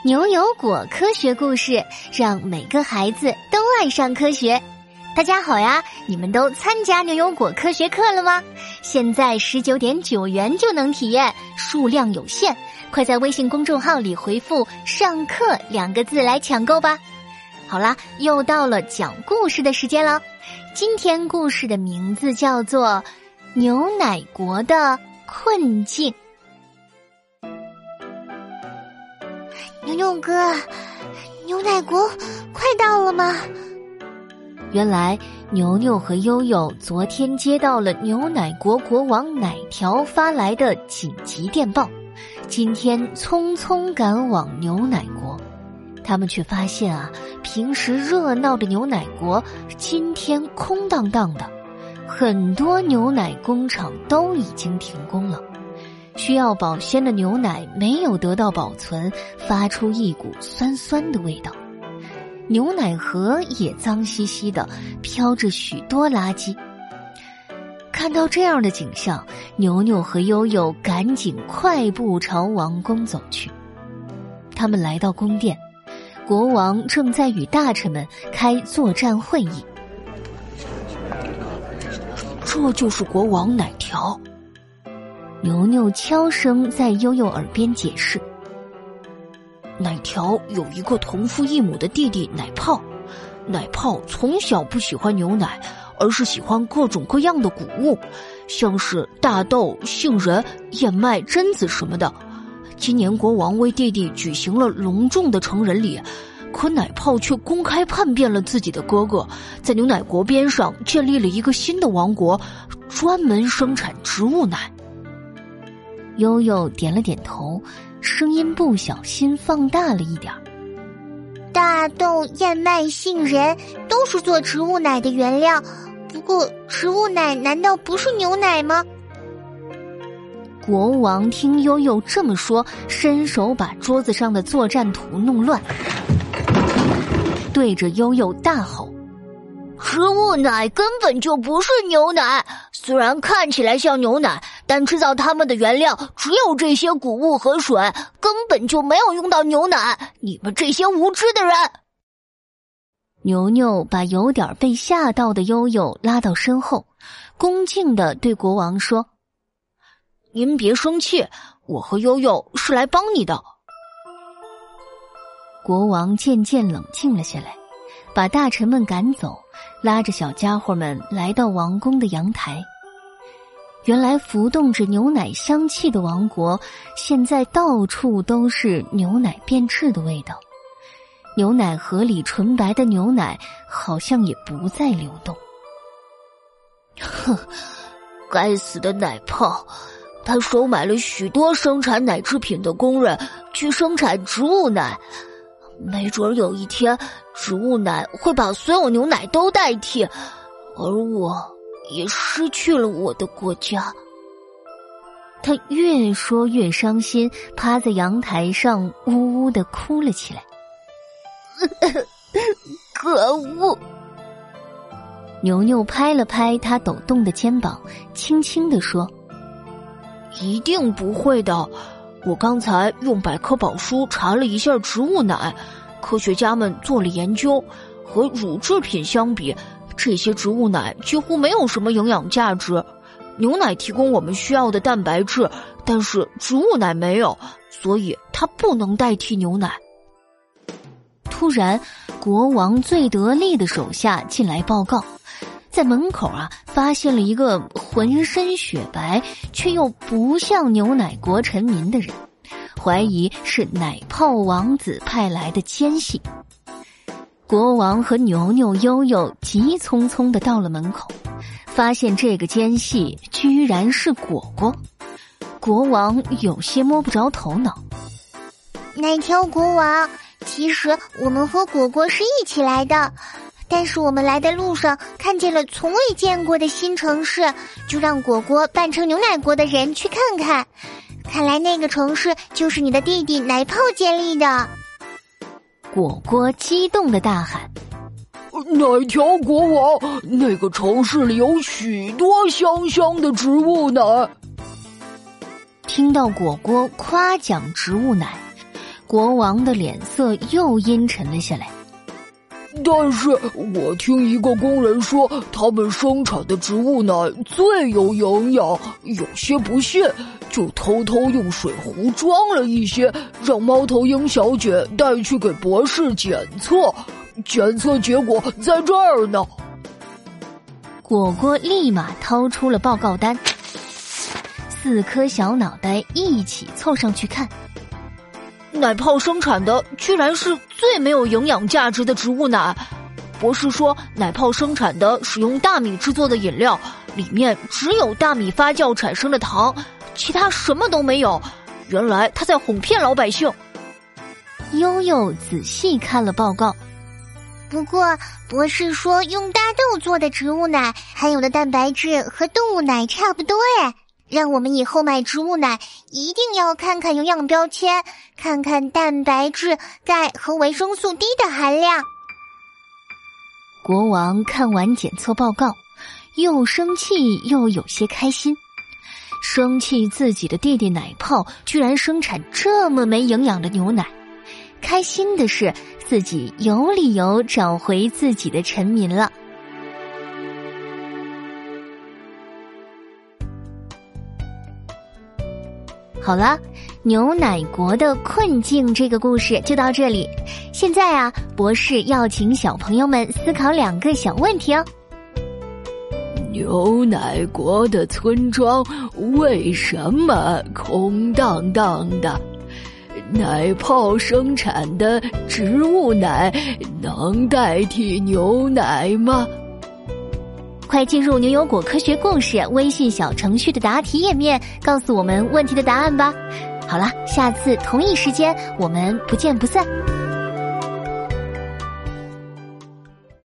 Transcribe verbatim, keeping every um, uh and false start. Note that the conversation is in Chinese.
牛油果科学故事，让每个孩子都爱上科学。大家好呀，你们都参加牛油果科学课了吗？现在十九点九元就能体验，数量有限，快在微信公众号里回复上课两个字来抢购吧。好啦，又到了讲故事的时间了。今天故事的名字叫做牛奶国的困境。 牛牛哥，牛奶国快到了吗？ 原来牛牛和悠悠昨天接到了牛奶国国王奶条发来的紧急电报，今天匆匆赶往牛奶国。他们却发现啊，平时热闹的牛奶国今天空荡荡的，很多牛奶工厂都已经停工了。需要保鲜的牛奶没有得到保存，发出一股酸酸的味道。牛奶盒也脏兮兮的，飘着许多垃圾。看到这样的景象，牛牛和悠悠赶紧快步朝王宫走去。他们来到宫殿，国王正在与大臣们开作战会议。 这就是国王奶条。 牛牛悄声在悠悠耳边解释， 奶条有一个同父异母的弟弟奶泡，奶泡从小不喜欢牛奶，而是喜欢各种各样的谷物，像是大豆、杏仁、燕麦、榛子什么的。今年国王为弟弟举行了隆重的成人礼，可奶泡却公开叛变了自己的哥哥，在牛奶国边上建立了一个新的王国，专门生产植物奶。 悠悠点了点头，声音不小心放大了一点。 大豆、燕麦、杏仁都是做植物奶的原料，不过植物奶难道不是牛奶吗？ 国王听悠悠这么说，伸手把桌子上的作战图弄乱，对着悠悠大吼， 植物奶根本就不是牛奶，虽然看起来像牛奶，但制造它们的原料只有这些谷物和水，根本就没有用到牛奶，你们这些无知的人！ 牛牛把有点被吓到的悠悠拉到身后，恭敬地对国王说， 您别生气，我和悠悠是来帮你的。 国王渐渐冷静了下来，把大臣们赶走，拉着小家伙们来到王宫的阳台。原来浮动着牛奶香气的王国，现在到处都是牛奶变质的味道。牛奶盒里纯白的牛奶好像也不再流动。 哼，该死的奶泡，他收买了许多生产奶制品的工人去生产植物奶，没准有一天植物奶会把所有牛奶都代替，而我也失去了我的国家。 他越说越伤心，趴在阳台上呜呜地哭了起来。 可恶！ 牛牛拍了拍他抖动的肩膀，轻轻地说， 一定不会的，我刚才用百科宝书查了一下植物奶，科学家们做了研究，和乳制品相比，这些植物奶几乎没有什么营养价值。牛奶提供我们需要的蛋白质，但是植物奶没有，所以它不能代替牛奶。 突然，国王最得力的手下进来报告，在门口啊，发现了一个浑身雪白却又不像牛奶国臣民的人，怀疑是奶泡王子派来的奸细。国王和牛牛、悠悠急匆匆地到了门口，发现这个奸细居然是果果。国王有些摸不着头脑。 奶条国王，其实我们和果果是一起来的，但是我们来的路上看见了从未见过的新城市，就让果果扮成牛奶国的人去看看。看来那个城市就是你的弟弟奶泡建立的。 果果激动地大喊， 奶条国王，那个城市里有许多香香的植物奶。 听到果果夸奖植物奶， 国王的脸色又阴沉了下来。 但是我听一个工人说，他们生产的植物奶最有营养，有些不信，就偷偷用水壶装了一些，让猫头鹰小姐带去给博士检测。检测结果在这儿呢。 果果立马掏出了报告单，四颗小脑袋一起凑上去看。 奶泡生产的居然是最没有营养价值的植物奶。博士说，奶泡生产的使用大米制作的饮料，里面只有大米发酵产生的糖，其他什么都没有。原来他在哄骗老百姓。 悠悠仔细看了报告， 不过博士说用大豆做的植物奶含有的蛋白质和动物奶差不多耶，让我们以后买植物奶一定要看看营养标签，看看蛋白质、钙和维生素 D 的含量。 国王看完检测报告，又生气又有些开心。生气自己的弟弟奶泡居然生产这么没营养的牛奶，开心的是自己有理由找回自己的臣民了。好了，牛奶国的困境这个故事就到这里。现在啊，博士要请小朋友们思考两个小问题哦。 牛奶国的村庄为什么空荡荡的？奶泡生产的植物奶能代替牛奶吗？ 快进入牛油果科学故事微信小程序的答题页面，告诉我们问题的答案吧。好了，下次同一时间我们不见不散。